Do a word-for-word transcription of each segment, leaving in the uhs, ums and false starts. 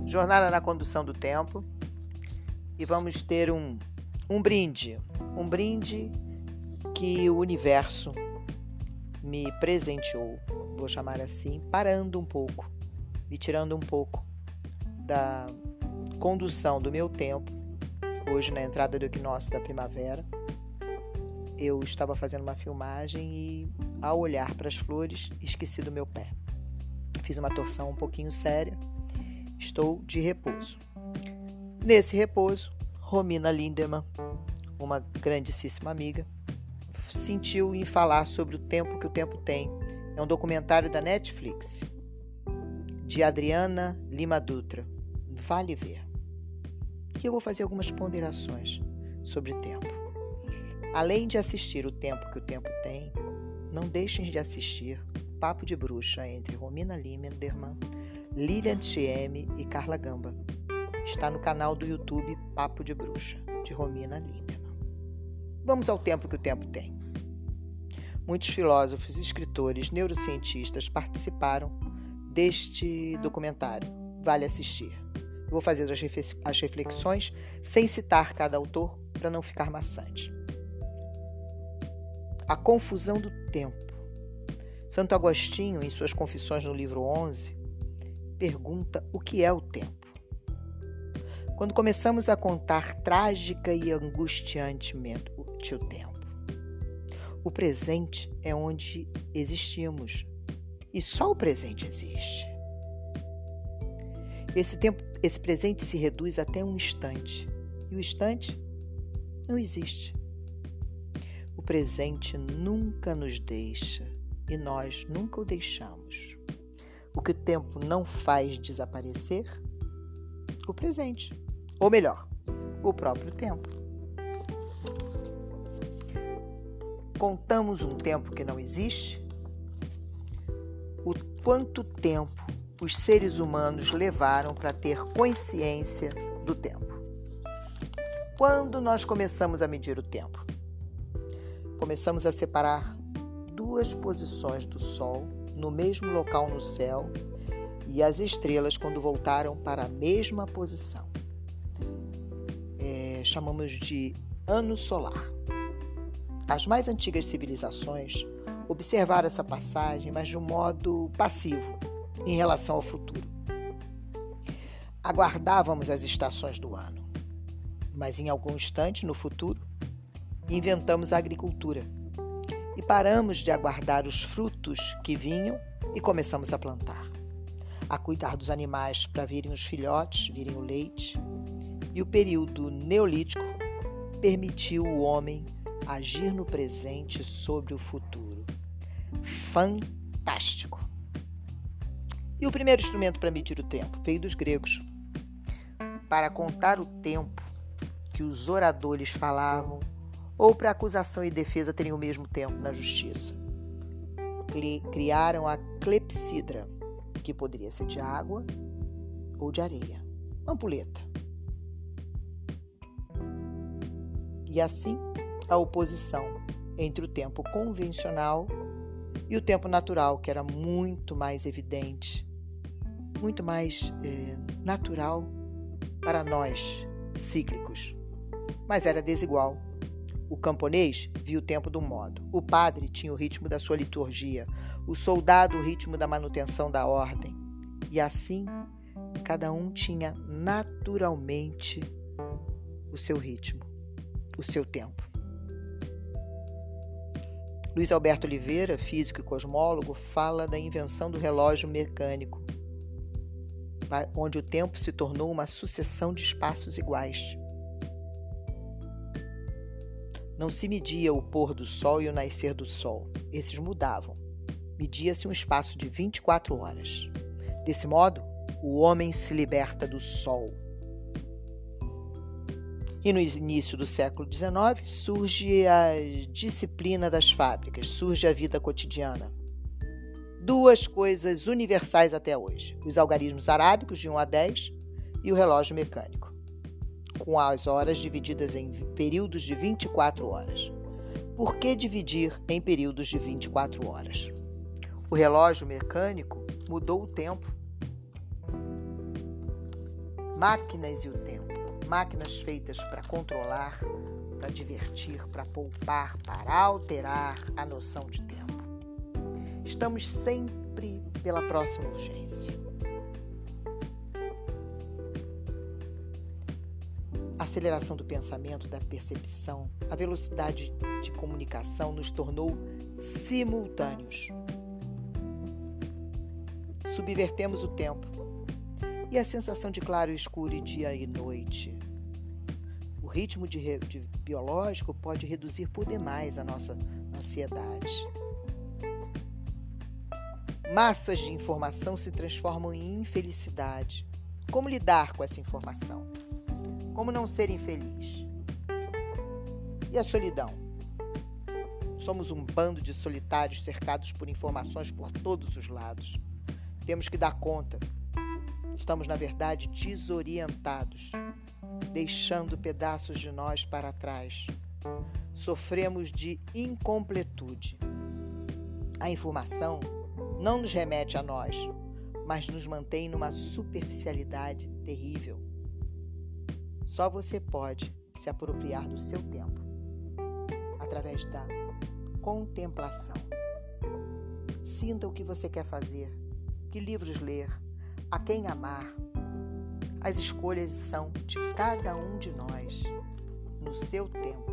Jornada na condução do tempo. E vamos ter um, um brinde. Um brinde que o universo me presenteou, vou chamar assim, parando um pouco, me tirando um pouco da condução do meu tempo. Hoje, na entrada do equinócio da primavera, eu estava fazendo uma filmagem e, ao olhar para as flores, esqueci do meu pé. Fiz uma torção um pouquinho séria. Estou de repouso. Nesse repouso, Romina Lindemann, uma grandíssima amiga, sentiu em falar sobre o tempo que o tempo tem. É um documentário da Netflix, de Adriana Lima Dutra. Vale ver. E eu vou fazer algumas ponderações sobre tempo. Além de assistir O Tempo que o Tempo Tem, não deixem de assistir Papo de Bruxa entre Romina Lindemann, Lilian Thieme e Carla Gamba. Está no canal do YouTube Papo de Bruxa, de Romina Lindemann. Vamos ao tempo que o tempo tem. Muitos filósofos, escritores, neurocientistas participaram deste documentário. Vale assistir. Eu vou fazer as reflexões sem citar cada autor para não ficar maçante. A confusão do tempo. Santo Agostinho, em suas Confissões no livro onze, pergunta o que é o tempo. Quando começamos a contar trágica e angustiantemente o tempo, o presente é onde existimos e só o presente existe. Esse tempo, esse presente se reduz até um instante e o instante não existe. O presente nunca nos deixa e nós nunca o deixamos. O que o tempo não faz desaparecer? O presente. Ou melhor, o próprio tempo. Contamos um tempo que não existe? O quanto tempo os seres humanos levaram para ter consciência do tempo? Quando nós começamos a medir o tempo? Começamos a separar duas posições do Sol no mesmo local no céu e as estrelas quando voltaram para a mesma posição. É, chamamos de ano solar. As mais antigas civilizações observaram essa passagem, mas de um modo passivo em relação ao futuro. Aguardávamos as estações do ano, mas em algum instante no futuro inventamos a agricultura e paramos de aguardar os frutos que vinham e começamos a plantar, a cuidar dos animais para virem os filhotes, virem o leite. E o período neolítico permitiu o homem agir no presente sobre o futuro. Fantástico! E o primeiro instrumento para medir o tempo veio dos gregos. Para contar o tempo que os oradores falavam, ou para acusação e defesa terem o mesmo tempo na justiça. Criaram a clepsidra, que poderia ser de água ou de areia. Ampulheta. E assim, a oposição entre o tempo convencional e o tempo natural, que era muito mais evidente, muito mais eh, natural para nós, cíclicos, mas era desigual. O camponês via o tempo de um modo, o padre tinha o ritmo da sua liturgia, o soldado o ritmo da manutenção da ordem, e assim cada um tinha naturalmente o seu ritmo, o seu tempo. Luiz Alberto Oliveira, físico e cosmólogo, fala da invenção do relógio mecânico, onde o tempo se tornou uma sucessão de espaços iguais. Não se media o pôr do sol e o nascer do sol. Esses mudavam. Media-se um espaço de vinte e quatro horas. Desse modo, o homem se liberta do sol. E no início do século dezenove, surge a disciplina das fábricas, surge a vida cotidiana. Duas coisas universais até hoje: os algarismos arábicos de um a dez e o relógio mecânico, com as horas divididas em períodos de vinte e quatro horas. Por que dividir em períodos de vinte e quatro horas? O relógio mecânico mudou o tempo Máquinas e o tempo. Máquinas feitas para controlar, para divertir, para poupar, para alterar a noção de tempo. Estamos sempre pela próxima urgência. A aceleração do pensamento, da percepção, a velocidade de comunicação nos tornou simultâneos. Subvertemos o tempo e a sensação de claro e escuro e dia e noite. O ritmo de re... de biológico pode reduzir por demais a nossa ansiedade. Massas de informação se transformam em infelicidade. Como lidar com essa informação? Como não ser infeliz? E a solidão? Somos um bando de solitários cercados por informações por todos os lados. Temos que dar conta. Estamos, na verdade, desorientados, deixando pedaços de nós para trás. Sofremos de incompletude. A informação não nos remete a nós, mas nos mantém numa superficialidade terrível. Só você pode se apropriar do seu tempo através da contemplação. Sinta o que você quer fazer, que livros ler, a quem amar. As escolhas são de cada um de nós, no seu tempo.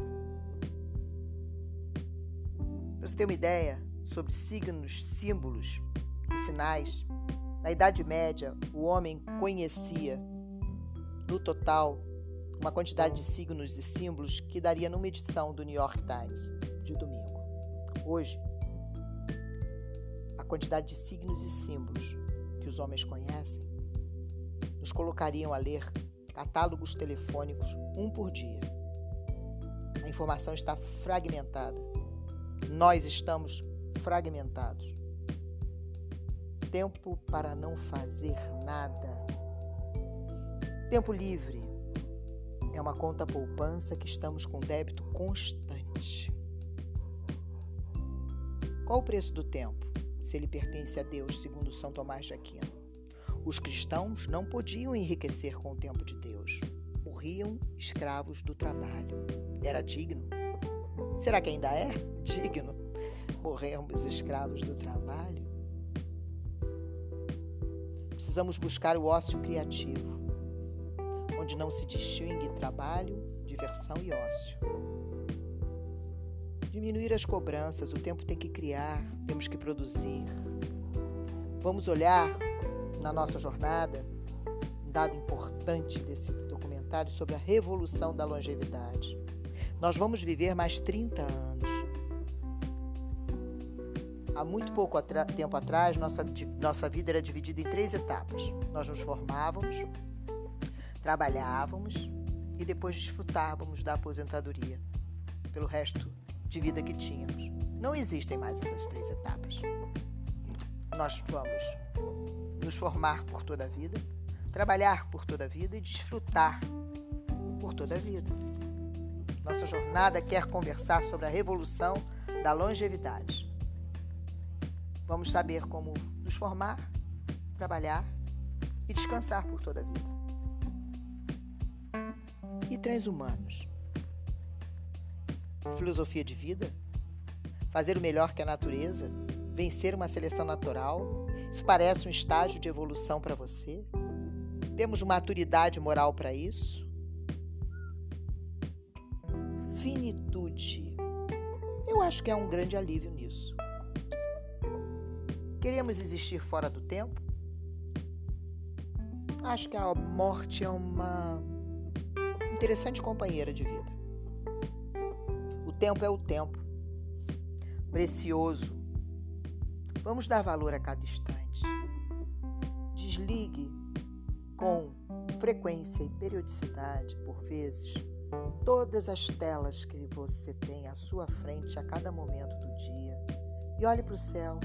Para você ter uma ideia sobre signos, símbolos e sinais, na Idade Média, o homem conhecia, no total, uma quantidade de signos e símbolos que daria numa edição do New York Times de domingo. Hoje, a quantidade de signos e símbolos que os homens conhecem nos colocariam a ler catálogos telefônicos um por dia. A informação está fragmentada. Nós estamos fragmentados. Tempo para não fazer nada. Tempo livre é uma conta poupança que estamos com débito constante. Qual o preço do tempo, se ele pertence a Deus, segundo São Tomás de Aquino? Os cristãos não podiam enriquecer com o tempo de Deus. Morriam escravos do trabalho. Era digno. Será que ainda é digno morrermos escravos do trabalho? Precisamos buscar o ócio criativo, onde não se distingue trabalho, diversão e ócio. Diminuir as cobranças, o tempo tem que criar, temos que produzir. Vamos olhar na nossa jornada um dado importante desse documentário sobre a revolução da longevidade. Nós vamos viver mais trinta anos. Há muito pouco atra- tempo atrás, nossa, nossa vida era dividida em três etapas. Nós nos formávamos, trabalhávamos e depois desfrutávamos da aposentadoria pelo resto de vida que tínhamos. Não existem mais essas três etapas. Nós vamos nos formar por toda a vida, trabalhar por toda a vida e desfrutar por toda a vida. Nossa jornada quer conversar sobre a revolução da longevidade. Vamos saber como nos formar, trabalhar e descansar por toda a vida. E transhumanos? Filosofia de vida? Fazer o melhor que a natureza? Vencer uma seleção natural? Isso parece um estágio de evolução para você? Temos maturidade moral para isso? Finitude. Eu acho que há um grande alívio nisso. Queremos existir fora do tempo? Acho que a morte é uma interessante companheira de vida. O tempo é o tempo. Precioso. Vamos dar valor a cada instante. Desligue com frequência e periodicidade, por vezes, todas as telas que você tem à sua frente a cada momento do dia e olhe para o céu.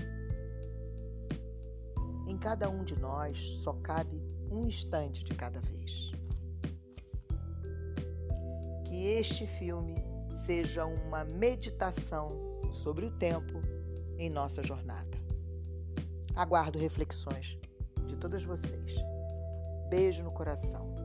Em cada um de nós só cabe um instante de cada vez. Que este filme seja uma meditação sobre o tempo em nossa jornada. Aguardo reflexões de todas vocês. Beijo no coração.